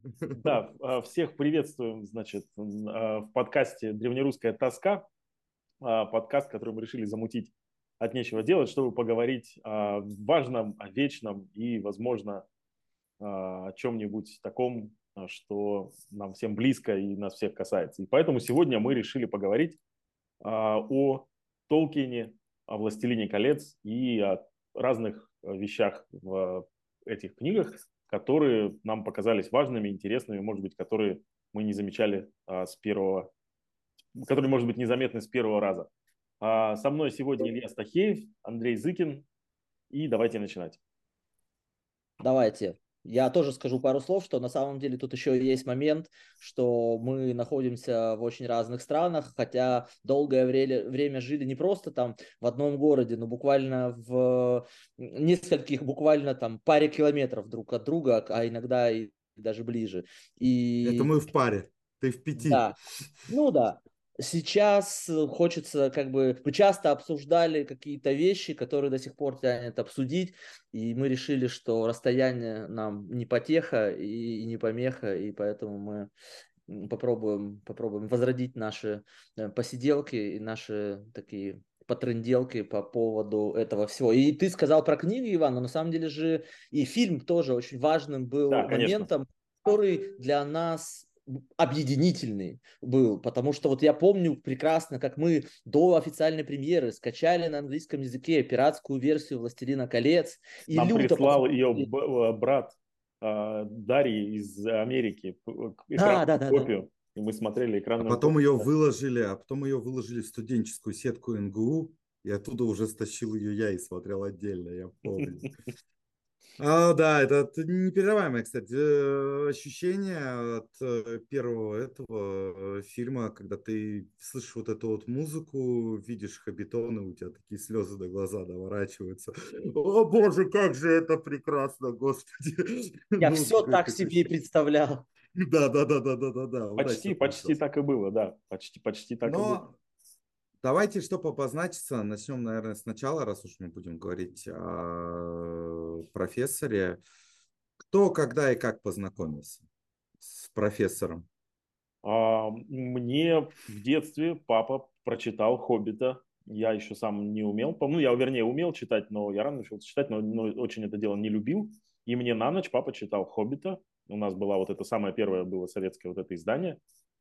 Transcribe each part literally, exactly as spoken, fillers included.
Да, а, всех приветствуем, значит, н- а, в подкасте «Древнерусская тоска», а, подкаст, который мы решили замутить от нечего делать, чтобы поговорить о важном, о вечном и, возможно, а, о чем-нибудь таком, а, что нам всем близко и нас всех касается. И поэтому сегодня мы решили поговорить а, о Толкине, о «Властелине колец» и о разных э, вещах в этих книгах, которые нам показались важными, интересными, может быть, которые мы не замечали а, с первого, которые, может быть, незаметны с первого раза. А, со мной сегодня Илья Стахеев, Андрей Зыкин, и давайте начинать. Давайте. Я тоже скажу пару слов, что на самом деле тут еще есть момент, что мы находимся в очень разных странах, хотя долгое время, время жили не просто там в одном городе, но буквально в нескольких, буквально там паре километров друг от друга, а иногда и даже ближе. Это И мы в паре, ты в пяти. да, ну да. Сейчас э, хочется, как бы, мы часто обсуждали какие-то вещи, которые до сих пор тянет обсудить, и мы решили, что расстояние нам не потеха и, и не помеха, и поэтому мы м, попробуем, попробуем возродить наши э, посиделки и наши такие потрынделки по поводу этого всего. И ты сказал про книги, Иван, но на самом деле же и фильм тоже очень важным Да, был конечно. моментом, который для нас объединительный был, потому что вот я помню прекрасно, как мы до официальной премьеры скачали на английском языке пиратскую версию «Властелина колец» и Нам люто прислал ее посмотрели. б- э, брат а, Дарьи из Америки, п- Да, экранную да, да, да. копию, и мы смотрели А экранную потом ее копию. выложили, а потом ее выложили в студенческую сетку эн гэ у, и оттуда уже стащил ее я и смотрел отдельно, я помню. А, да, это, это непередаваемое, кстати, э, ощущение от э, первого этого э, фильма, когда ты слышишь вот эту вот музыку, видишь Хоббитона, у тебя такие слезы на глаза наворачиваются. О боже, как же это прекрасно, господи. Я Ну, все такое, так такое себе и ощущение. представлял. Да, да, да, да, да, да, да, вот Почти, это почти прекрасно. так и было, да. Почти, почти так и было. Но давайте, чтобы обозначиться, начнем, наверное, сначала, раз уж мы будем говорить о профессоре. Кто, когда и как познакомился с профессором? А, мне в детстве папа прочитал «Хоббита». Я еще сам не умел. по- Ну, я, вернее, умел читать, но я рано начал читать, но, но очень это дело не любил. И мне на ночь папа читал «Хоббита». У нас была вот это самое первое было советское вот это издание,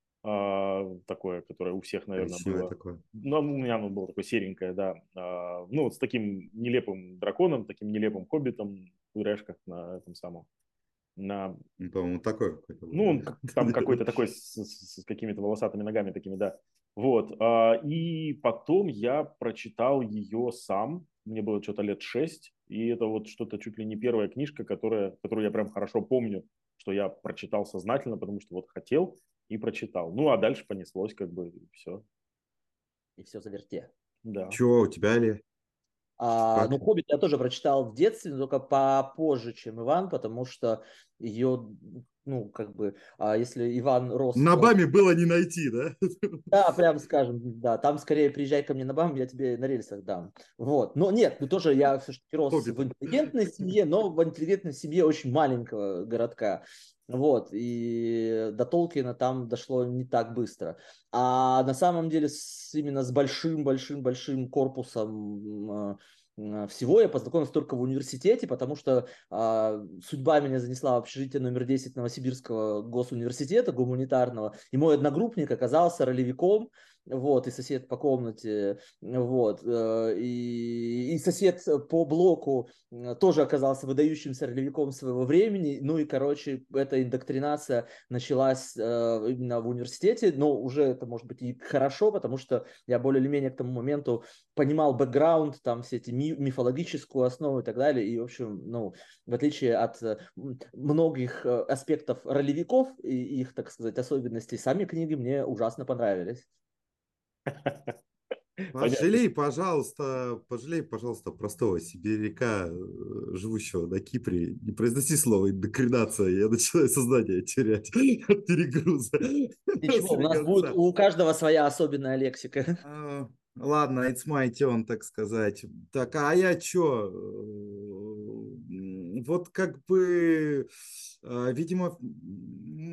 а, такое, которое у всех, наверное, Красивое было. такое. Но у меня оно было такое серенькое, да. А, ну, вот с таким нелепым драконом, таким нелепым хоббитом в решках на этом самом, на Ну, по-моему, такое какое-то ну, было. он как- там какой-то такой с, с- с какими-то волосатыми ногами такими, да. Вот. а, И потом я прочитал ее сам. Мне было что-то лет шесть. И это вот что-то чуть ли не первая книжка, которая, которую я прям хорошо помню, что я прочитал сознательно, потому что вот хотел и прочитал. Ну, а дальше понеслось как бы все. И все заверте. Да. Чего у тебя ли? А, ну, Как? «Хоббит» я тоже прочитал в детстве, но только попозже, чем Иван, потому что ее, ну, как бы, а если Иван рос На в... баме было не найти, да? Да, прям скажем, да, там скорее приезжай ко мне на БАМ, я тебе на рельсах дам. Вот. Но нет, ну тоже я все-таки рос в Хоббитом. интеллигентной семье, но в интеллигентной семье очень маленького городка. Вот, и до Толкина там дошло не так быстро. А на самом деле с, именно с большим-большим-большим корпусом э, э, всего я познакомился только в университете, потому что а, судьба меня занесла в общежитие номер десять Новосибирского госуниверситета гуманитарного, и мой одногруппник оказался ролевиком, вот, и сосед по комнате, вот, э, и, и сосед по блоку э, тоже оказался выдающимся ролевиком своего времени, ну и, короче, эта индоктринация началась э, именно в университете, но уже это может быть и хорошо, потому что я более или менее к тому моменту понимал бэкграунд, там все эти ми- мифологическую основу и так далее, и, в общем, ну, в отличие от э, многих э, аспектов ролевиков и их, так сказать, особенностей, сами книги мне ужасно понравились. Понятно. Пожалей, пожалуйста, пожалей, пожалуйста, простого сибиряка, э, живущего на Кипре. Не произноси слово индокринация, я начинаю сознание терять от перегруза Ничего, у после нас будет конца. у каждого своя особенная лексика. А, ладно, it's my turn, так сказать. Так, а я чё? М, Вот как бы, э, видимо,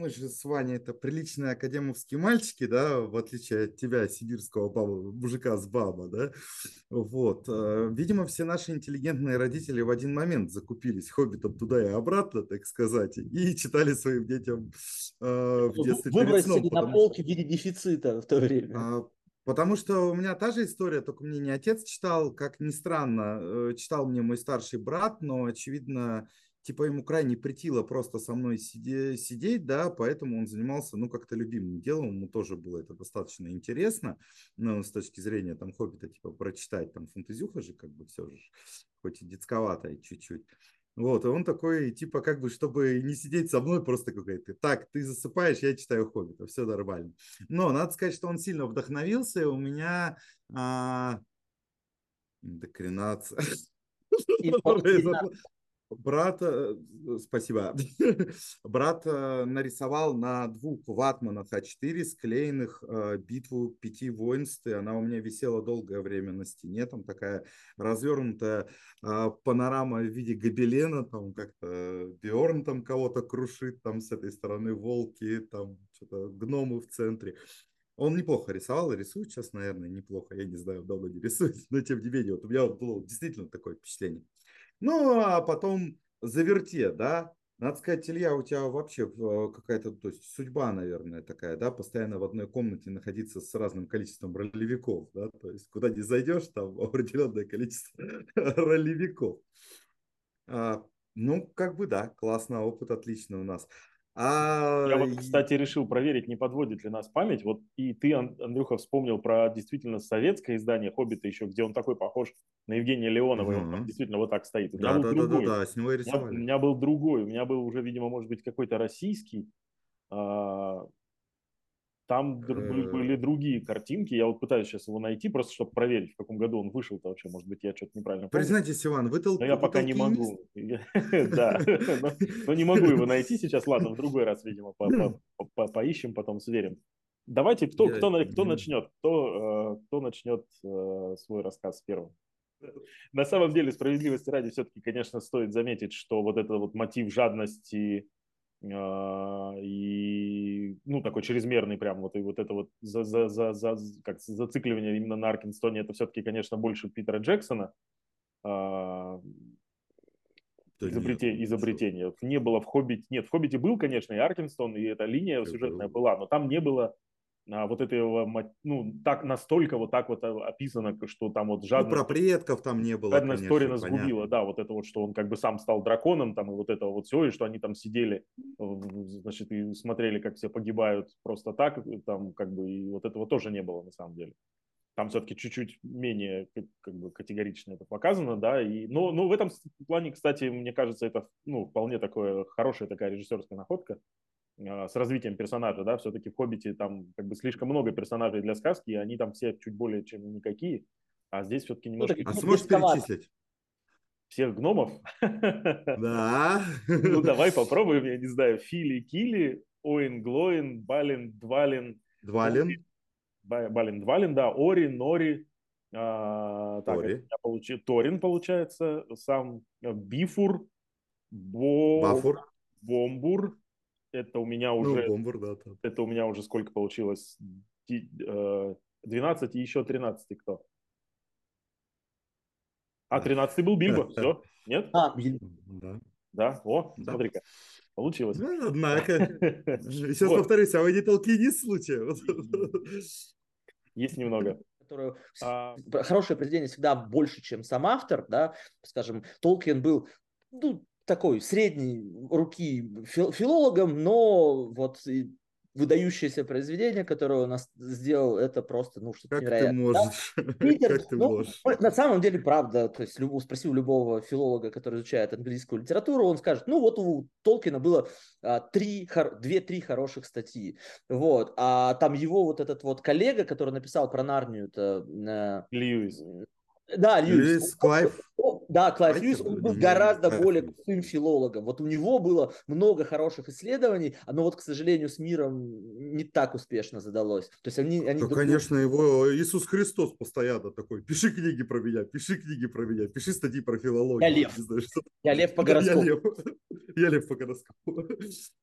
мы же с Ваней это приличные академовские мальчики, да, в отличие от тебя, сибирского баба, мужика с баба, да. Вот. э, Видимо, все наши интеллигентные родители в один момент закупились «Хоббитом» туда и обратно, так сказать, и читали своим детям э, в детстве перед сном, Выбросили на потому что полке в виде дефицита в то время. а, потому что у меня та же история, только мне не отец читал, как ни странно, э, читал мне мой старший брат, но, очевидно, типа ему крайне претило просто со мной сиде- сидеть, да, поэтому он занимался, ну, как-то любимым делом, ему тоже было это достаточно интересно, ну, с точки зрения, там, «Хоббита», типа, прочитать, там, фэнтезюха же, как бы, все же, хоть и детсковатая чуть-чуть. Вот, и он такой, типа, как бы, чтобы не сидеть со мной, просто какой-то, так, ты засыпаешь, я читаю «Хоббита», все нормально. Но надо сказать, что он сильно вдохновился, и у меня а, индокринация. Индокринация. Брат, э, спасибо, брат э, нарисовал на двух ватманах а четыре склеенных э, битву пяти воинств, и она у меня висела долгое время на стене, там такая развернутая э, панорама в виде гобелена, там как-то Бьорн там кого-то крушит, там с этой стороны волки, там что-то гномы в центре. Он неплохо рисовал и рисует сейчас, наверное, неплохо, я не знаю, давно не рисует, но тем не менее, вот у меня вот было действительно такое впечатление. Ну, а потом заверте, да. Надо сказать, Илья, у тебя вообще э, какая-то, то есть судьба, наверное, такая, да, постоянно в одной комнате находиться с разным количеством ролевиков, да, то есть куда не зайдешь, там определенное количество ролевиков. А, ну, как бы да, классный опыт, отлично у нас. Я А, вот, и- кстати, решил проверить, не подводит ли нас память. Вот и ты, Ан- Андрюха, вспомнил про действительно советское издание «Хоббита» еще, где он такой похож на Евгения Леонова, и он там Мгм. действительно вот так стоит. У меня Да, был да, да, да, другой. да, с него и У меня, у рисовали. меня был другой. У меня был уже, видимо, может быть, какой-то российский. А, Там др- были были Э, другие картинки. Я вот пытаюсь сейчас его найти, просто чтобы проверить, в каком году он вышел-то вообще. Может быть, я что-то неправильно помню. Признайтесь, Иван, вы, Но толк, я вы пока не толкинист? могу. Да, но, но не могу его найти сейчас. Ладно, в другой раз, видимо, по- по- по- поищем, потом сверим. Давайте, кто, Я кто, на- кто не начнет? Кто, э, кто начнет э, свой рассказ первым? На самом деле, справедливости ради, все-таки, конечно, стоит заметить, что вот этот вот мотив жадности э, и, ну, такой чрезмерный прям вот, и вот это вот за, за, за, за, как зацикливание именно на Аркинстоне, это все-таки, конечно, больше Питера Джексона, э, Да нет, изобрете- ну ты чё? изобретение. Вот не было в «Хоббите». Нет, в «Хоббите» был, конечно, и Аркинстон, и эта линия сюжетная Какой- была, но там не было а, вот этого, мо- ну, так настолько вот так вот а, описано, что там вот Ну, про жадность, предков там не было, жадность конечно, Торина сгубила, понятно. да, вот это вот, что он как бы сам стал драконом, там, и вот это вот все, и что они там сидели, э, значит, и смотрели, как все погибают просто так, и там, как бы, и вот этого тоже не было на самом деле. Там все-таки чуть-чуть менее как бы категорично это показано, да, и, но, но в этом плане, кстати, мне кажется, это ну, вполне такое хорошая такая режиссерская находка э, с развитием персонажа, да, все-таки в «Хоббите» там как бы слишком много персонажей для сказки, и они там все чуть более чем никакие, а здесь все-таки Ну, так немножко А сможешь детсковато. перечислить? всех гномов. Да. Ну, давай попробуем, я не знаю, Фили, Кили, Оин, Глоин, Балин, Двалин, Ори, Двалин, Ба- Балин, Двалин, да, Ори, Нори, а, так, это у Тори, меня получи- Торин, получается, сам э, Бифур, Бо, Бафур. Бомбур, это у меня Ну, уже, Бомбур, да. Там. это у меня уже сколько получилось, Ди- э, двенадцать и еще тринадцать кто? А, тринадцатый был Бильбо, все, нет? А, блин. Да, Да, о, да. смотри-ка, получилось. Ну, однако. Сейчас Вот, повторюсь, а вы не толкинист случая? есть немного. Которую А, хорошее произведение всегда больше, чем сам автор, да, скажем, Толкин был, ну, такой средней руки фил- филологом, но вот и выдающееся произведение, которое он нас сделал, это просто, ну, что-то Как ты невероятное. Да? можешь? Питер, Как ты ну, можешь? на самом деле, правда, то есть люб- спроси у любого филолога, который изучает английскую литературу, он скажет, ну, вот у Толкина было а, три, хор- две-три хороших статьи, вот, а там его вот этот вот коллега, который написал про Нарнию, это, Льюис. э, да, Льюис. Льюис Клайв Он- Да, Клайв Льюис, Райтер? он был Не, не, не, гораздо Клайв более Льюис. крутым филологом. Вот у него было много хороших исследований, но вот, к сожалению, с миром не так успешно задалось. То есть они, они Да, друг друга... конечно, его Иисус Христос постоянно такой, пиши книги про меня, пиши книги про меня, пиши статьи про Я филологию. лев. Не знаю, что. Я лев по Да, я гороскопу. лев. Я лев по гороскопу.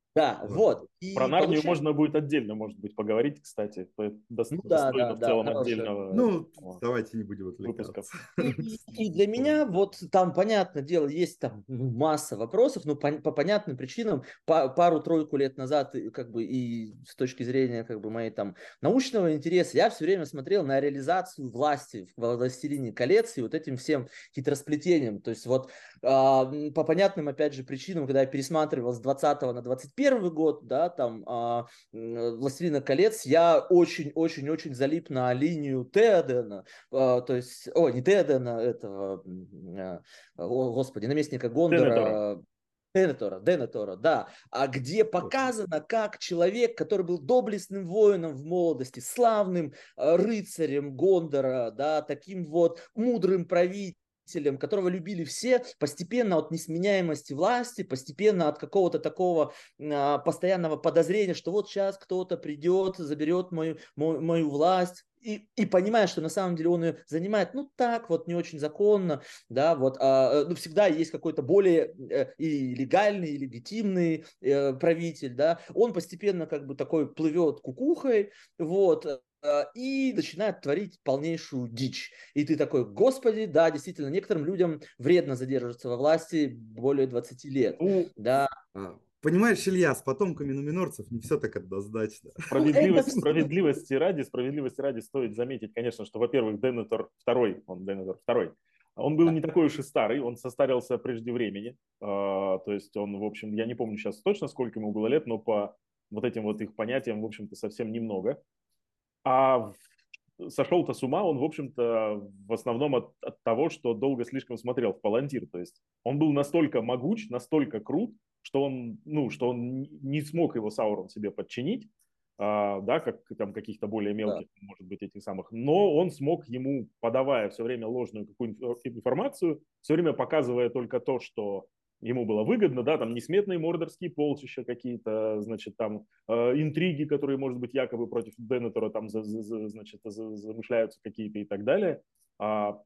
Да, Вот. вот. Про И Нарнию получается, можно будет отдельно, может быть, поговорить, кстати. Это дос- ну да, достойно да, в да, целом хорошая. отдельного Ну, такого давайте не будем выпуска. отвлекаться. И, и- и для меня вот там, понятное дело, есть там ну, масса вопросов, но по, по понятным причинам па- пару-тройку лет назад, и, как бы, и с точки зрения как бы моей там научного интереса, я все время смотрел на реализацию власти в «Властелине колец» и вот этим всем хитросплетением. То есть вот а, м, по понятным, опять же, причинам, когда я пересматривал с двадцатого на двадцать первый год, да, там а, м, «Властелина колец», я очень-очень-очень залип на линию Теодена, а, то есть, о, не Теодена, этого, а, о, господи, наместника Денетора. Гондора, Денетора, Денетора, да, а где показано, как человек, который был доблестным воином в молодости, славным э, рыцарем Гондора, да, таким вот мудрым правителем, которого любили все, постепенно от несменяемости власти, постепенно от какого-то такого а, постоянного подозрения, что вот сейчас кто-то придет, заберет мою, мою, мою власть, и, и понимая, что на самом деле он ее занимает, ну так вот, не очень законно, да, вот, а, ну всегда есть какой-то более э, и легальный, и легитимный э, правитель, да, он постепенно как бы такой плывет кукухой, вот, э, и начинает творить полнейшую дичь. И ты такой, господи, да, действительно, некоторым людям вредно задерживаться во власти более двадцати лет, Ну, да. А, Понимаешь, Илья, с потомками нуминорцев не все так однозначно. Ну, это справедливость, все. справедливости ради, справедливости ради стоит заметить, конечно, что, во-первых, Денетор второй, он Денетор второй, он был не такой уж и старый, он состарился прежде времени, а, то есть он, в общем, я не помню сейчас точно, сколько ему было лет, но по вот этим вот их понятиям, в общем-то, совсем немного. А сошел-то с ума он, в общем-то, в основном от, от того, что долго слишком смотрел в Палантир. То есть он был настолько могуч, настолько крут, что он, ну, что он не смог его Саурон себе подчинить, а, да, как там каких-то более Да. мелких, может быть, этих самых. Но он смог ему, подавая все время ложную какую-нибудь информацию, все время показывая только то, что ему было выгодно, да, там несметные мордорские полчища какие-то, значит, там э, интриги, которые, может быть, якобы против Денетора там, за, за, значит, за, замышляются какие-то и так далее. А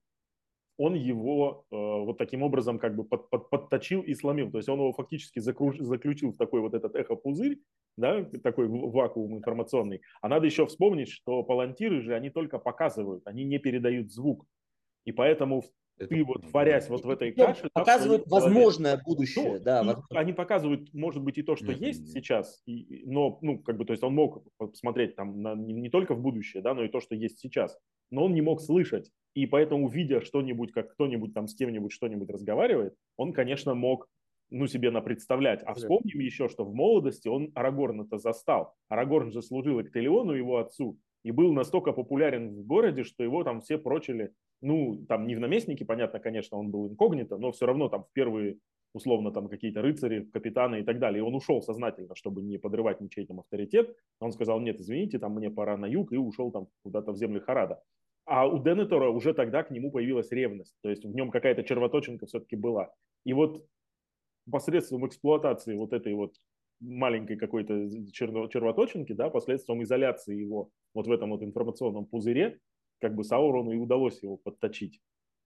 он его э, вот таким образом как бы под, под, подточил и сломил. То есть он его фактически закруж, заключил в такой вот этот эхопузырь, да, такой вакуум информационный. А надо еще вспомнить, что палантиры же, они только показывают, они не передают звук. И поэтому Это ты вот да. творясь вот в этой Причем каше, да, в своей показывают голове, возможное будущее, ну, да, и возможно. они показывают, может быть, и то, что Нет, есть нет. сейчас, и, но, ну, как бы, то есть он мог посмотреть там на, не, не только в будущее, да, но и то, что есть сейчас. Но он не мог слышать. И поэтому, видя что-нибудь, как кто-нибудь там с кем-нибудь что-нибудь разговаривает, он, конечно, мог, ну, себе напредставлять. А вспомним еще, что в молодости он Арагорна-то застал. Арагорн же служил Эктелиону, его отцу, и был настолько популярен в городе, что его там все прочили, ну, там не в наместнике, понятно, конечно, он был инкогнито, но все равно там в первые условно там какие-то рыцари, капитаны и так далее. И он ушел сознательно, чтобы не подрывать ничей там авторитет. Он сказал, нет, извините, там мне пора на юг, и ушел там куда-то в земли Харада. А у Денетора уже тогда к нему появилась ревность. То есть в нем какая-то червоточинка все-таки была. И вот посредством эксплуатации вот этой вот маленькой какой-то червоточинки, да, посредством изоляции его вот в этом вот информационном пузыре, как бы Саурону и удалось его подточить.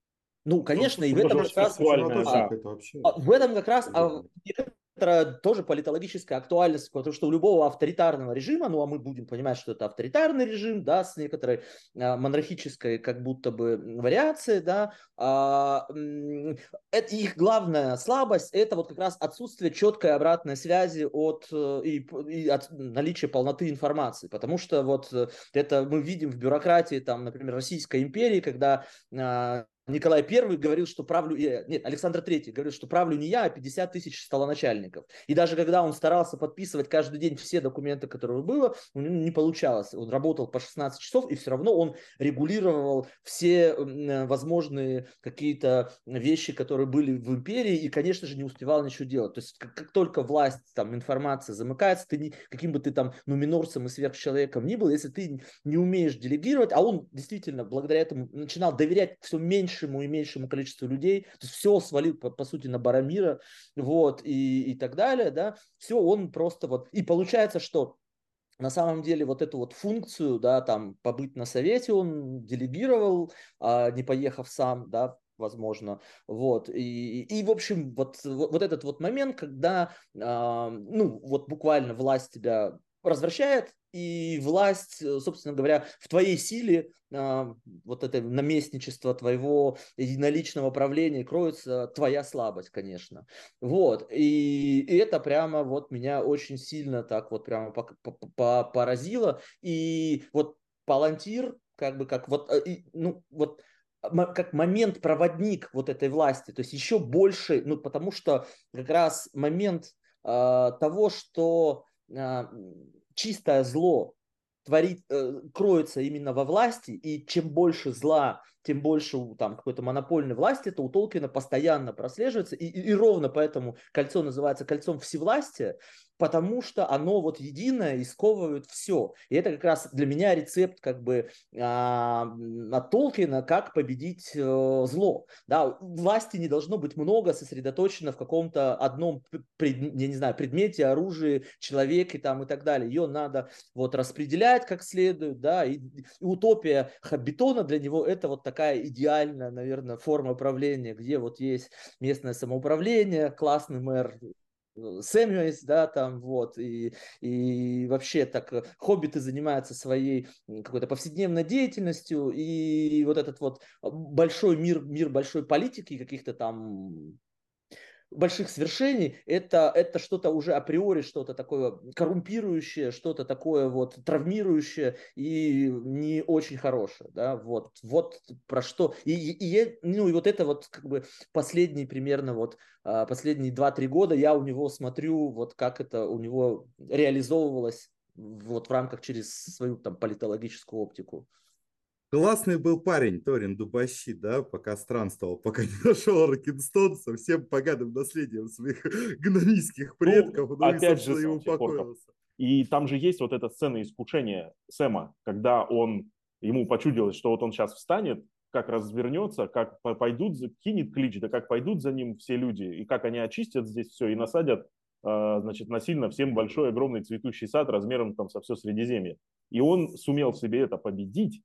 Ну, Тоже, конечно, и в тоже этом как очень раз актуальная, а, да. Червоточинка это вообще. а, в этом как раз а, некоторая тоже политологическая актуальность, потому что у любого авторитарного режима, ну а мы будем понимать, что это авторитарный режим, да, с некоторой а, монархической как будто бы вариацией, да, а, м, это их главная слабость, это вот как раз отсутствие четкой обратной связи от э, и, и от наличия полноты информации, потому что вот э, это мы видим в бюрократии, там, например, Российской империи, когда а, Николай Первый говорил, что правлю... Нет, Александр Третий говорил, что правлю не я, а пятьдесят тысяч столоначальников. И даже когда он старался подписывать каждый день все документы, которые было, у него не получалось. Он работал по шестнадцать часов, и все равно он регулировал все возможные какие-то вещи, которые были в империи, и, конечно же, не успевал ничего делать. То есть как, как только власть, там, информация замыкается, ты не, каким бы ты там нуминорцем и сверхчеловеком ни был, если ты не умеешь делегировать, а он действительно благодаря этому начинал доверять все меньшему и меньшему количеству людей, то есть все свалил, по, по сути, на Барамира, вот, и, и так далее, да, все, он просто вот, и получается, что на самом деле вот эту вот функцию, да, там, побыть на совете он делегировал, а, не поехав сам, да, возможно, вот, и, и в общем, вот, вот, вот этот вот момент, когда, э, ну, вот буквально власть тебя развращает, и власть, собственно говоря, в твоей силе, э, вот это наместничество твоего единоличного правления кроется твоя слабость, конечно, вот, и, и это прямо вот меня очень сильно так вот прямо поразило, и вот Палантир, как бы как вот, ну, вот как момент-проводник вот этой власти, то есть еще больше, ну, потому что как раз момент э, того, что э, чистое зло творит, э, кроется именно во власти, и чем больше зла, тем больше там какой-то монопольной власти, это у Толкина постоянно прослеживается, и, и, и ровно поэтому кольцо называется кольцом всевластия, потому что оно вот единое и сковывает все. И это как раз для меня рецепт как бы а, от Толкина, как победить э, зло. Да, власти не должно быть много сосредоточено в каком-то одном, пред, я не знаю, предмете, оружии, человеке там и так далее. Ее надо вот распределять как следует, да, и, и утопия Хоббитона для него это вот такая идеальная, наверное, форма правления, где вот есть местное самоуправление, классный мэр, Сэмюэльс, да, там вот, и, и вообще так хоббиты занимаются своей какой-то повседневной деятельностью, и вот этот вот большой мир, мир большой политики, каких-то там больших свершений, это, это что-то уже априори, что-то такое коррумпирующее, что-то такое вот травмирующее и не очень хорошее, да, вот, вот про что, и, и, и, ну, и вот это вот как бы последние примерно вот, последние два-три года я у него смотрю, вот как это у него реализовывалось вот в рамках через свою там политологическую оптику. Классный был парень Торин Дубощи, да, пока странствовал, пока не нашел Аркинстон со всем поганым наследием своих гномийских предков, ну, ну и, опять же, собственно, и упокоился. И там же есть вот эта сцена искушения Сэма, когда он, ему почудилось, что вот он сейчас встанет, как развернется, как пойдут, кинет клич, да как пойдут за ним все люди, и как они очистят здесь все и насадят, значит, насильно всем большой, огромный цветущий сад размером там со все Средиземье. И он сумел в себе это победить,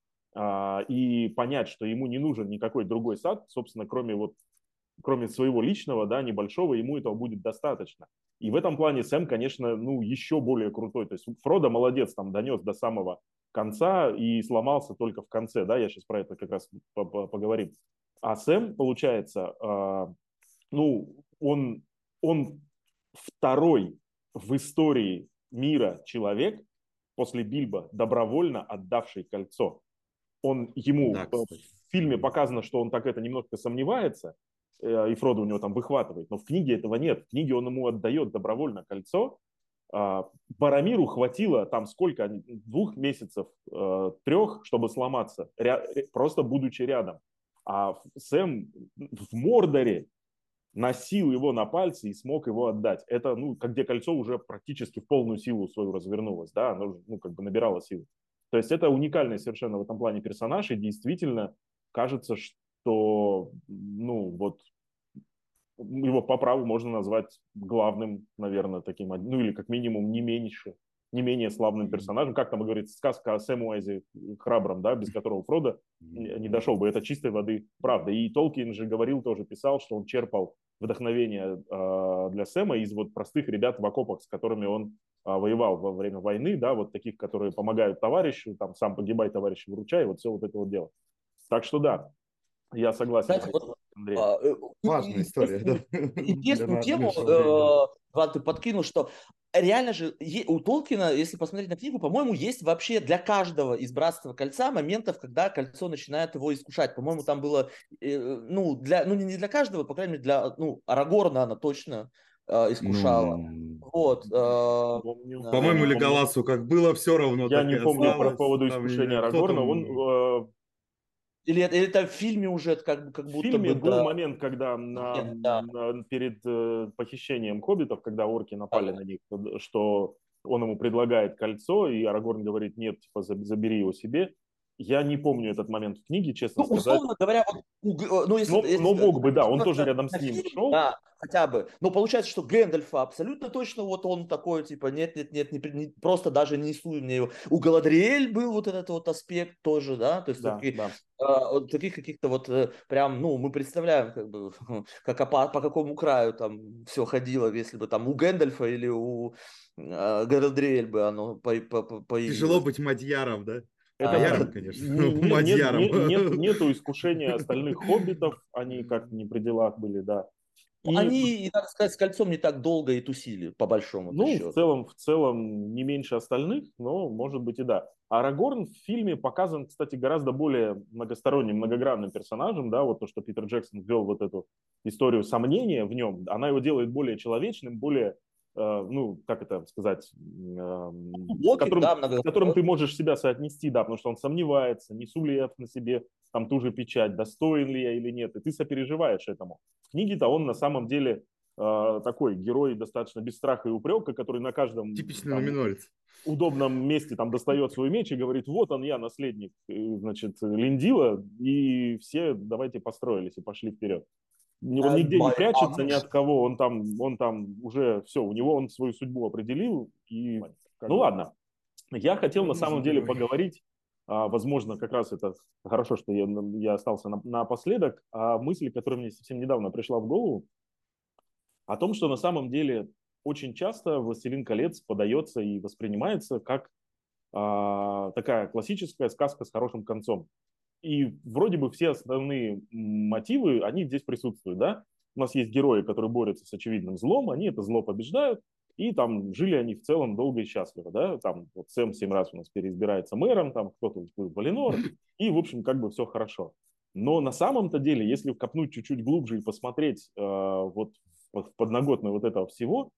и понять, что ему не нужен никакой другой сад, собственно, кроме вот кроме своего личного, да, небольшого, ему этого будет достаточно. И в этом плане Сэм, конечно, ну, еще более крутой. То есть Фродо молодец, там, донес до самого конца и сломался только в конце, да, я сейчас про это как раз поговорим. А Сэм, получается, э, ну, он, он второй в истории мира человек после Бильбо, добровольно отдавший кольцо. Он ему Да, в фильме показано, что он так это немножко сомневается, и Фродо у него там выхватывает, но в книге этого нет. В книге он ему отдает добровольно кольцо. Баромиру хватило там сколько, двух месяцев, трех, чтобы сломаться, просто будучи рядом. А Сэм в Мордоре носил его на пальце и смог его отдать. Это, ну, как где кольцо уже практически в полную силу свою развернулось, да, оно, ну, как бы набирало силу. То есть это уникальный совершенно в этом плане персонаж, и действительно кажется, что, ну, вот его по праву можно назвать главным, наверное, таким, ну, или как минимум не меньше, не менее славным персонажем. Как там говорится, сказка о Сэмуэзе храбром, да, без которого Фродо не дошел бы. Это чистой воды правда. И Толкин же говорил, тоже писал, что он черпал вдохновение э, для Сэма из вот простых ребят в окопах, с которыми он э, воевал во время войны, да, вот таких, которые помогают товарищу, там, сам погибай, товарищ, выручай, вот все вот это вот дело. Так что да, я согласен. Кстати, вот, Андрей. а, э, Важная история, да. интересную тему времени. э, Влад, ты подкинул, что реально же е- у Толкина, если посмотреть на книгу, по-моему, есть вообще для каждого из Братства Кольца моментов, когда кольцо начинает его искушать. По-моему, там было, э, ну, для, ну, не для каждого, по крайней мере, для, ну, Арагорна она точно э, искушала. Ну, Вот. э, Помню, я по-моему, не помню. Леголасу как было все равно, Я так и не помню про осталось. поводу Там, искушения и кто Арагорна. там... Он э, Или, это- или это в фильме уже как, как в будто фильме бы, был да. момент, когда на, Нет, да. на- перед э, похищением хоббитов, когда орки напали Да. на них, что он ему предлагает кольцо, и Арагорн говорит, нет, типа, забери его себе. Я не помню этот момент в книге, честно Ну, сказать. условно говоря, вот, у- ну, если, Но, если но сказать, мог бы, да, он тоже просто рядом с на ним фильм, шел. да, хотя бы. Но получается, что Гэндальфа абсолютно точно вот он такой, типа, нет, нет, нет, не, при- не- просто даже не рисуй мне его. У Галадриэль был вот этот вот аспект тоже, да, то есть Да, таки, да. а, вот таких каких-то вот э, прям, ну, мы представляем, как бы, как, а по, по какому краю там все ходило, если бы там у Гэндальфа или у э, Галадриэль бы оно по, по, по- Тяжело появилось. быть мадьяром, да? Это да. Бояром, А, конечно. Не- не- нет, Мадьяром. не- нет, нету искушения остальных хоббитов, они как не при делах были, да. И, Они, надо сказать, с кольцом не так долго и тусили, по большому-то ну, в счету. целом, в целом не меньше остальных, но может быть и да. Арагорн в фильме показан, кстати, гораздо более многосторонним, многогранным персонажем, да, вот то, что Питер Джексон ввел вот эту историю сомнения в нем, она его делает более человечным, более, э, ну, как это сказать, э, с Глубоким, которым, да, с которым ты многосторонним. можешь себя соотнести, да, потому что он сомневается, несу ли я на себе там ту же печать, достоин ли я или нет, и ты сопереживаешь этому. В книге-то он на самом деле э, такой герой достаточно без страха и упрека, который на каждом Типичный там нуминорец. удобном месте там достает свой меч и говорит, вот он я, наследник, э, значит, Линдила, и все давайте построились и пошли вперед. Он And нигде не my прячется ни arms. от кого, он там, он там уже все, у него он свою судьбу определил. И... Как Ну бы. ладно, я хотел Ну, на нужен самом деле герой. поговорить, а, возможно, как раз это хорошо, что я, я остался на, напоследок, о мысли, которая мне совсем недавно пришла в голову, о том, что на самом деле очень часто «Властелин колец» подается и воспринимается как а, такая классическая сказка с хорошим концом. И вроде бы все основные мотивы, они здесь присутствуют, да? У нас есть герои, которые борются с очевидным злом, они это зло побеждают, и там жили они в целом долго и счастливо, да? Там вот Сэм семь раз у нас переизбирается мэром, там кто-то был Валинор, и, в общем, как бы все хорошо. Но на самом-то деле, если копнуть чуть-чуть глубже и посмотреть э, вот в подноготную вот этого всего,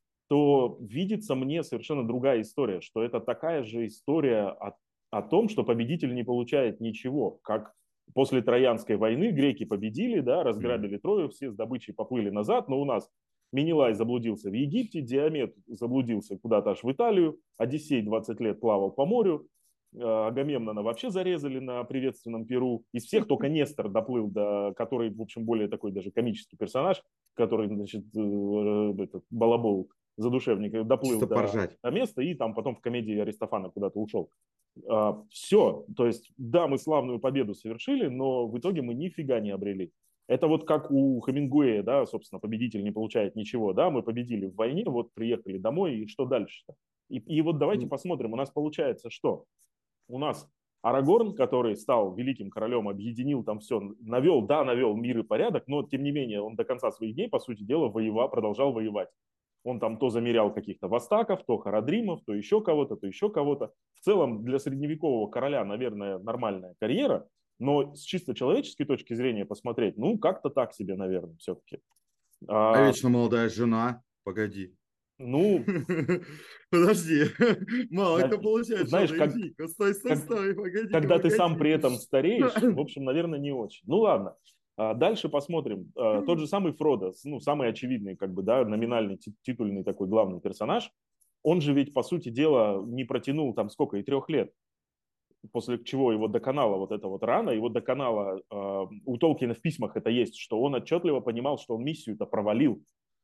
то видится мне совершенно другая история, что это такая же история о, о том, что победитель не получает ничего, как после Троянской войны греки победили, да, разграбили Трою, все с добычей поплыли назад, но у нас Менелай заблудился в Египте, Диамет заблудился куда-то аж в Италию, Одиссей двадцать лет плавал по морю, Агамемнона вообще зарезали на приветственном Перу. Из всех только Нестор доплыл, до, который, в общем, более такой даже комический персонаж, который, значит, этот, балабол, задушевник, доплыл Чисто до, поржать. до места и там потом в комедии Аристофана куда-то ушел. А, все, то есть, да, мы славную победу совершили, но в итоге мы нифига не обрели. Это вот как у Хемингуэя, да, собственно, победитель не получает ничего, да, мы победили в войне, вот приехали домой, и что дальше-то? И, и вот давайте посмотрим, у нас получается что? У нас Арагорн, который стал великим королем, объединил там все, навел, да, навел мир и порядок, но тем не менее он до конца своих дней, по сути дела, воевал, продолжал воевать. Он там то замерял каких-то вастаков, то харадримов, то еще кого-то, то еще кого-то. В целом для средневекового короля, наверное, нормальная карьера, но с чисто человеческой точки зрения посмотреть, ну, как-то так себе, наверное, все-таки. А А, вечно молодая жена? Погоди. ну, Подожди. Мало это получает знаешь, жены как, эльфийка. Стой, стой, как, стой. Погоди-ка, когда ты сам при погоди. этом стареешь, в общем, наверное, не очень. Ну ладно. А дальше посмотрим. А, тот же самый Фродо, ну, самый очевидный, как бы, да, номинальный, титульный такой главный персонаж, он же ведь, по сути дела, не протянул там сколько, и трех лет, после чего его доконала вот эта вот рана, его доконала, э, у Толкина в письмах это есть, что он отчетливо понимал, что он миссию-то провалил,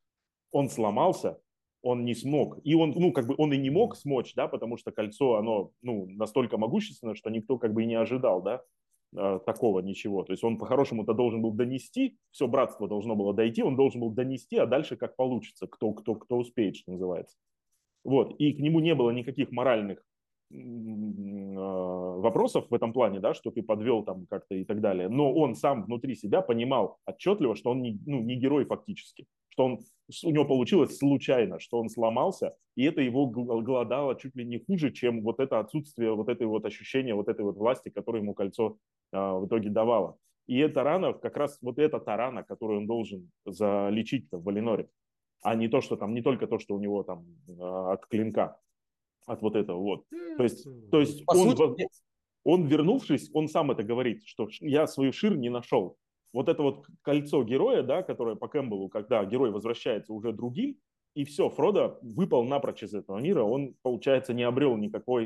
он сломался, он не смог. И он, ну, как бы он и не мог смочь, да, потому что кольцо, оно, ну, настолько могущественно, что никто как бы и не ожидал, да, э, такого ничего. То есть он по-хорошему-то должен был донести, все братство должно было дойти, он должен был донести, а дальше как получится, кто, кто, кто успеет, что называется. Вот. И к нему не было никаких моральных вопросов в этом плане, да, что ты подвел там как-то и так далее. Но он сам внутри себя понимал отчетливо, что он не, ну, не герой фактически, что он, у него получилось случайно, что он сломался, и это его голодало чуть ли не хуже, чем вот это отсутствие вот этой вот ощущения, вот этой вот власти, которую ему кольцо а, в итоге давало. И эта рана, как раз вот эта та рана, которую он должен залечить в Валиноре, а не то, что там, не только то, что у него там от клинка, от вот этого вот. То есть, то есть По он, сути, он, вернувшись, он сам это говорит, что я свою шир не нашел. Вот это вот кольцо героя, да, которое по Кэмпбеллу, когда герой возвращается уже другим, и все, Фродо выпал напрочь из этого мира, он, получается, не обрел никакой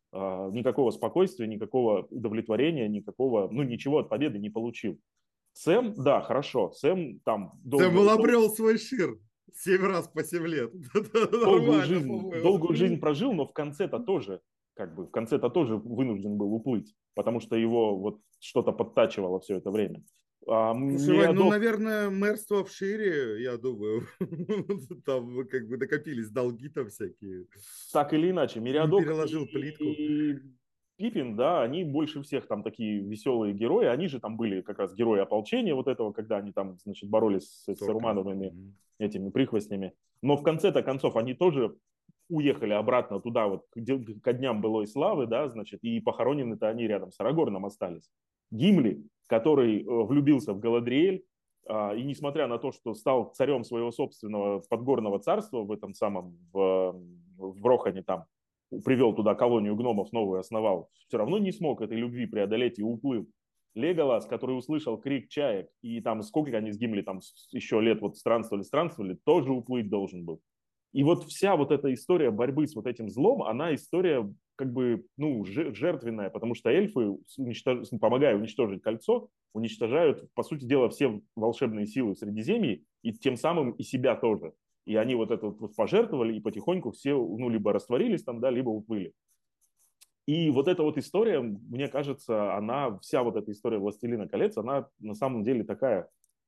а, никакого спокойствия, никакого удовлетворения, никакого, ну, ничего от победы не получил. Сэм, да, хорошо, Сэм там долго... Сэм обрел свой шир. Семь раз по семь лет. долгую Нормально, жизнь, по-моему. долгую жизнь прожил, но в конце-то тоже, как бы, в конце-то тоже вынужден был уплыть, потому что его вот что-то подтачивало все это время. А Слушай, Вань, ну, Мириадок, наверное, мэрство в шире, я думаю, там как бы накопились долги там всякие. так или иначе, Не Мириадок переложил плитку. и Пипин, да, они больше всех там такие веселые герои, они же там были как раз герои ополчения вот этого, когда они там, значит, боролись с, С с орками. Румановыми Мгм. этими прихвостнями. Но в конце-то концов они тоже уехали обратно туда, вот к де- ко дням былой славы, да, значит, и похоронены-то они рядом с Арагорном остались. Гимли, который э, влюбился в Галадриэль, а, и несмотря на то, что стал царем своего собственного подгорного царства в этом самом, в, в Рохане там, привел туда колонию гномов новую, основал, все равно не смог этой любви преодолеть и уплыл. Леголас, который услышал крик чаек, и там сколько они с Гимли там еще лет вот странствовали, странствовали, тоже уплыть должен был. И вот вся вот эта история борьбы с вот этим злом, она история как бы, ну, жертвенная, потому что эльфы, уничтож... помогая уничтожить кольцо, уничтожают, по сути дела, все волшебные силы в Средиземье, и тем самым и себя тоже. И они вот это вот пожертвовали, и потихоньку все, ну, либо растворились там, да, либо уплыли. И вот эта вот история, мне кажется, она, вся вот эта история «Властелина колец», она на самом деле такая,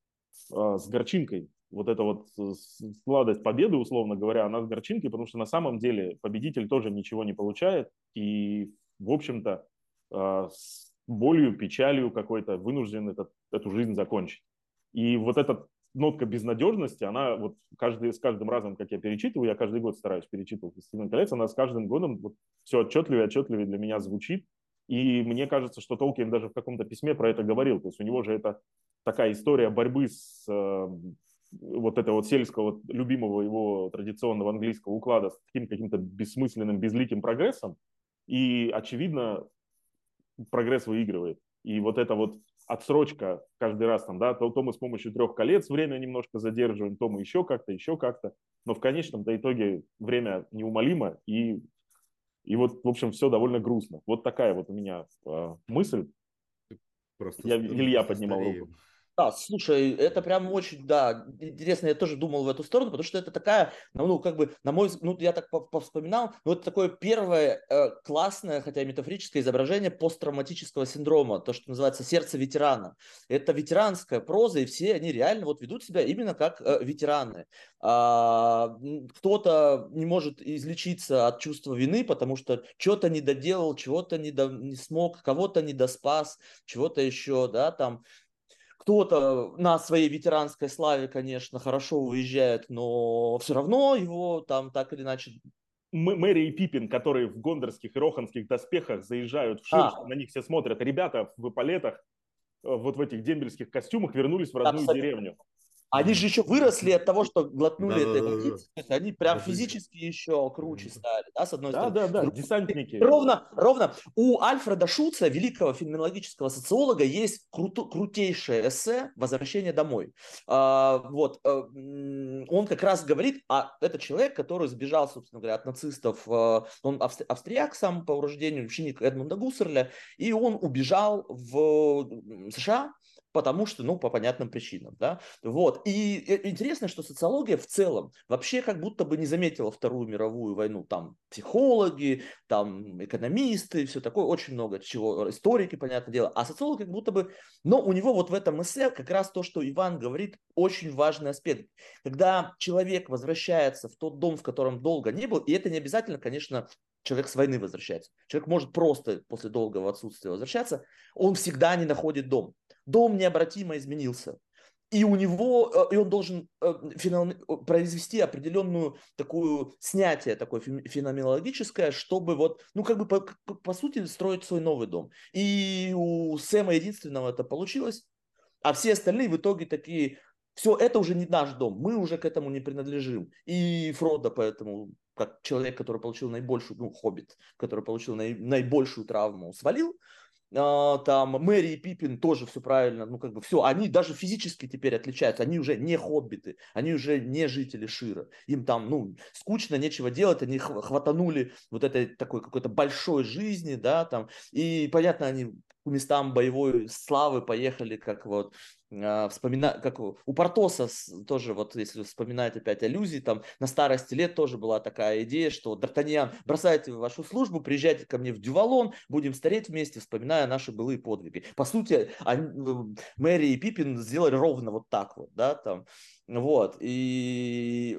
э, с горчинкой. Вот эта вот сладость победы, условно говоря, она с горчинкой, потому что на самом деле победитель тоже ничего не получает. И, в общем-то, э, с болью, печалью какой-то вынужден этот, эту жизнь закончить. И вот эта нотка безнадежности, она вот каждый, с каждым разом, как я перечитываю, я каждый год стараюсь перечитывать «Властелин колец», она с каждым годом вот все отчетливее и отчетливее для меня звучит. И мне кажется, что Толкин даже в каком-то письме про это говорил. То есть у него же это такая история борьбы с э, вот этого вот сельского, любимого его традиционного английского уклада с таким каким-то бессмысленным, безликим прогрессом. И, очевидно, прогресс выигрывает. И вот эта вот отсрочка каждый раз там, да, то, то мы с помощью трех колец время немножко задерживаем, то мы еще как-то, еще как-то. Но в конечном-то итоге время неумолимо, и, и вот, в общем, все довольно грустно. Вот такая вот у меня э, мысль. Просто, Я, мы Илья просто поднимал руку. стареем. Да, слушай, это прям очень, да, интересно, я тоже думал в эту сторону, потому что это такая, ну, ну, как бы, на мой взгляд, ну, я так повспоминал, ну, это такое первое э, классное, хотя и метафорическое изображение посттравматического синдрома, то, что называется сердце ветерана. Это ветеранская проза, и все они реально вот ведут себя именно как э, ветераны. А, кто-то не может излечиться от чувства вины, потому что что-то не доделал, чего-то не, до, не смог, кого-то не доспас, чего-то еще, да, там. Кто-то на своей ветеранской славе, конечно, хорошо уезжает, но все равно его там так или иначе... Мэри и Пипин, которые в гондорских и роханских доспехах заезжают в Шир, А, на них все смотрят. Ребята в эполетах, э, вот в этих дембельских костюмах вернулись в родную абсолютно. деревню. Они же еще выросли от того, что Да, глотнули да, этой да, водицы. То есть они прям да. физически еще круче Да. стали, да, с одной Да, стороны. да, С да, другой стороны, десантники. ровно, ровно у Альфреда Шуца, великого феноменологического социолога, есть кру- крутейшее эссе «Возвращение домой». А, вот, а, он как раз говорит, а это человек, который сбежал, собственно говоря, от нацистов. Он австри- австрияк сам по рождению, ученик Эдмунда Гуссерля, и он убежал в США, потому что, ну, по понятным причинам, да, вот, и интересно, что социология в целом вообще как будто бы не заметила Вторую мировую войну, там психологи, там экономисты, все такое, очень много чего, историки, понятное дело, а социологи как будто бы, но у него вот в этом эссе как раз то, что Иван говорит, очень важный аспект, когда человек возвращается в тот дом, в котором долго не был, и это не обязательно, конечно, человек с войны возвращается. Человек может просто после долгого отсутствия возвращаться, он всегда не находит дом. Дом необратимо изменился. И у него, и он должен произвести определенную такую снятие такое феноменологическое, чтобы вот, ну как бы по, по сути строить свой новый дом. И у Сэма единственного это получилось, а все остальные в итоге такие, все, это уже не наш дом, мы уже к этому не принадлежим. И Фродо поэтому, как человек, который получил наибольшую, ну, хоббит, который получил наибольшую травму, свалил. а, там Мэри и Пиппин тоже все правильно, ну как бы все, они даже физически теперь отличаются, они уже не хоббиты, они уже не жители Шира, им там, ну, скучно, нечего делать, они хватанули вот этой такой какой-то большой жизни, да, там, и понятно, они к местам боевой славы поехали, как вот вспомина... как у Портоса тоже, вот если вспоминать опять аллюзии, там на старости лет тоже была такая идея, что Д'Артаньян, бросайте вашу службу, приезжайте ко мне в Дювалон, будем стареть вместе, вспоминая наши былые подвиги. По сути, они, Мэри и Пиппин сделали ровно вот так вот, да, там, вот, и...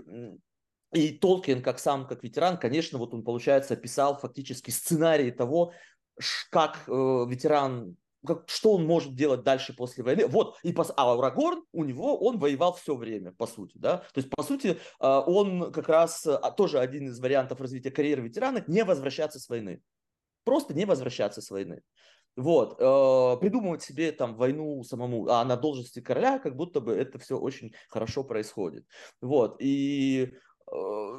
И Толкин, как сам, как ветеран, конечно, вот он, получается, писал фактически сценарий того, как э, ветеран, как, что он может делать дальше после войны. Вот, и пос, а Арагорн, у него, он воевал все время, по сути, да. То есть, по сути, э, он как раз э, тоже один из вариантов развития карьеры ветерана, не возвращаться с войны. Просто не возвращаться с войны. Вот, э, придумывать себе там войну самому, а на должности короля, как будто бы это все очень хорошо происходит. Вот, и э,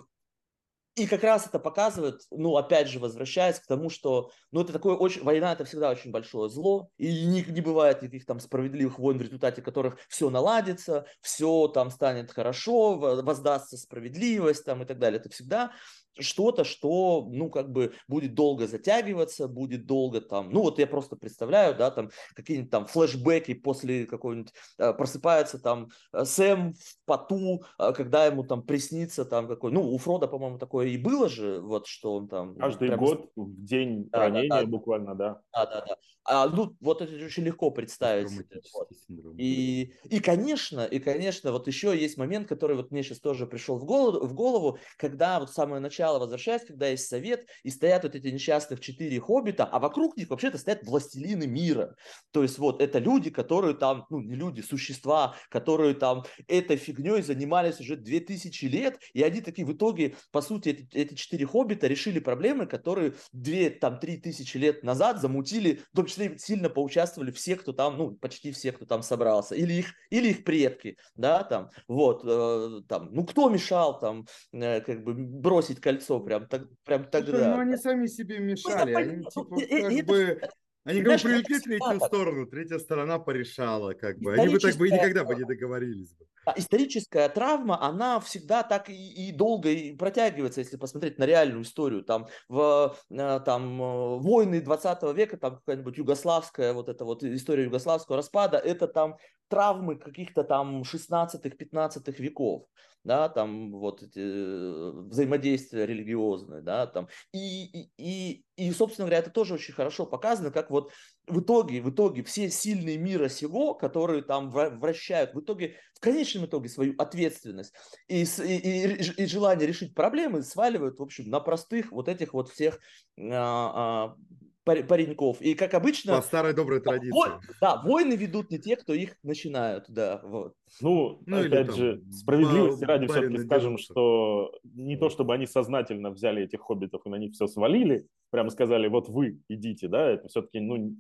и как раз это показывает, ну, опять же, возвращаясь к тому, что, ну, это такое очень, война это всегда очень большое зло, и не, не бывает никаких там справедливых войн, в результате которых все наладится, все там станет хорошо, воздастся справедливость там и так далее. Это всегда что-то, что, ну, как бы будет долго затягиваться, будет долго там, ну, вот я просто представляю, да, там какие-нибудь там флешбеки после какой-нибудь, э, просыпается там э, Сэм в поту, э, когда ему там приснится там какой, ну, у Фрода, по-моему, такое и было же, вот, что он там Каждый прям... год в день Да, да, ранения да, буквально, да. да, да, да. А, ну, вот это очень легко представить себе. Вот. Посттравматический синдром. И, и, конечно, и, конечно, вот еще есть момент, который вот мне сейчас тоже пришел в голову, в голову, когда вот с самого начала возвращаясь, когда есть совет, и стоят вот эти несчастных четыре хоббита, а вокруг них вообще-то стоят властелины мира. То есть вот это люди, которые там, ну не люди, существа, которые там этой фигней занимались уже две тысячи лет, и они такие в итоге, по сути, эти, эти четыре хоббита решили проблемы, которые две, там, три тысячи лет назад замутили, в том числе сильно поучаствовали все, кто там, ну, почти все, кто там собрался, или их, или их предки, да, там, вот, э, там, ну, кто мешал там, э, как бы, бросить кольцо прям, так, прям Слушай, ну тогда, они да? сами себе Ну, я мешали, они понимаю, ну, и, типа и- и как это, бы, они как бы понимаешь, это привлекли всегда третью так, сторону, третья сторона порешала, как бы, они бы так бы и историческая. никогда бы не договорились бы. А историческая травма, она всегда так и, и долго и протягивается, если посмотреть на реальную историю. Там, в, э, там э, войны двадцатого века, там какая-нибудь югославская, вот эта вот история югославского распада, это там травмы каких-то там шестнадцатых-пятнадцатых веков, да, там вот эти э, взаимодействия религиозные, да, там. И, и, и, и, собственно говоря, это тоже очень хорошо показано, как вот в итоге, в итоге все сильные мира сего, которые там вращают, в итоге, в конечном итоге свою ответственность и, и, и, и желание решить проблемы сваливают, в общем, на простых вот этих вот всех а, а, пареньков. И как По обычно, старой доброй вой, традиции. да, войны ведут не те, кто их начинают, да, вот. Ну, Ну или опять там же, ба- справедливости ради все-таки барин скажем, дедушка. что не то, чтобы они сознательно взяли этих хоббитов и на них все свалили, прямо сказали, вот вы идите, да, это все-таки, ну,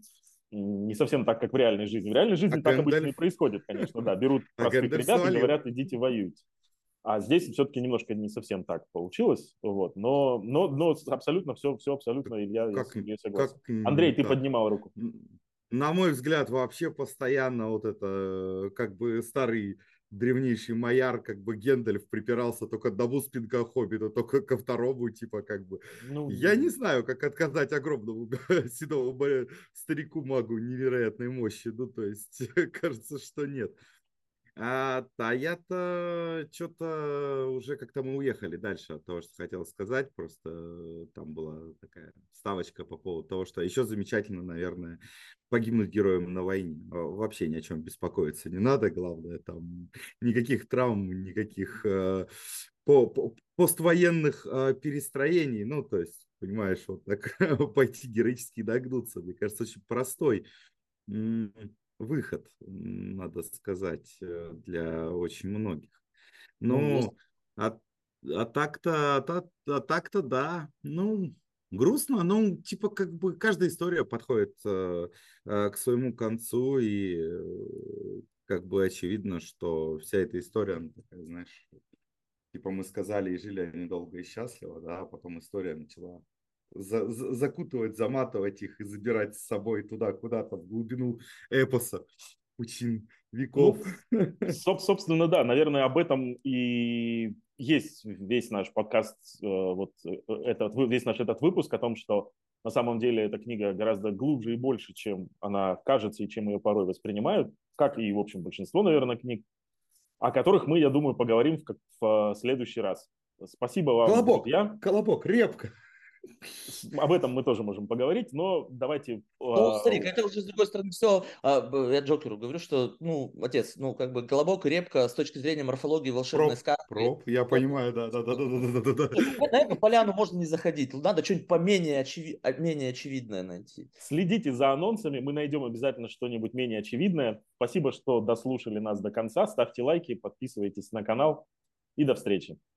не совсем так, как в реальной жизни. В реальной А жизни так обычно и Гэндальф, происходит, конечно, да, берут а простых Гэндальф ребят и свалил. говорят, идите воюйте. А здесь все-таки немножко не совсем так получилось, вот, но, но, но абсолютно все, все абсолютно, Илья, я, Как, я как согласен. не Андрей, ты так? поднимал руку. На мой взгляд, вообще постоянно вот это, как бы старый древнейший Маяр, как бы Гендальф припирался только к одному спинка Хоббита, только ко второму, типа, как бы. Я Ну, не знаю, как отказать огромному седому старику-магу невероятной мощи. Ну, то есть, кажется, что нет. А, а я-то что-то уже как-то мы уехали дальше от того, что хотел сказать. Просто там была такая вставочка по поводу того, что еще замечательно, наверное, погибнуть героем на войне. Вообще ни о чем беспокоиться не надо. Главное, там никаких травм, никаких э, по, по, поствоенных э, перестроений. Ну, то есть, понимаешь, вот так пойти героически нагнуться. Мне кажется, очень простой выход, надо сказать, э, для очень многих. ну, есть. Ну, а, а так-то, а, та- а так-то, да, ну, грустно, ну, типа, как бы каждая история подходит э, э, к своему концу, и э, как бы очевидно, что вся эта история, она такая, знаешь, типа мы сказали и жили они долго и счастливо, да, а потом история начала за, за, закутывать, заматывать их и забирать с собой туда, куда-то, в глубину эпоса, пучин веков. Ну, соб- собственно, да, наверное, об этом и есть весь наш подкаст, э, вот э, этот, вы- весь наш этот выпуск о том, что на самом деле эта книга гораздо глубже и больше, чем она кажется и чем ее порой воспринимают, как и, в общем, большинство, наверное, книг, о которых мы, я думаю, поговорим в, как- в следующий раз. Спасибо вам, Колобок, друзья. колобок, репка. С- Об этом мы тоже можем поговорить, но давайте... Ну, э, смотри, это уже с другой стороны все. Я Джокеру говорю, что, ну, отец, ну, как бы колобок и репка с точки зрения морфологии волшебной Проб, сказки. проб, я понимаю, да, да, да, да, да, да, да, да. На эту поляну можно не заходить. Надо что-нибудь поменее очеви... менее очевидное найти. Следите за анонсами, мы найдем обязательно что-нибудь менее очевидное. Спасибо, что дослушали нас до конца. Ставьте лайки, подписывайтесь на канал и до встречи.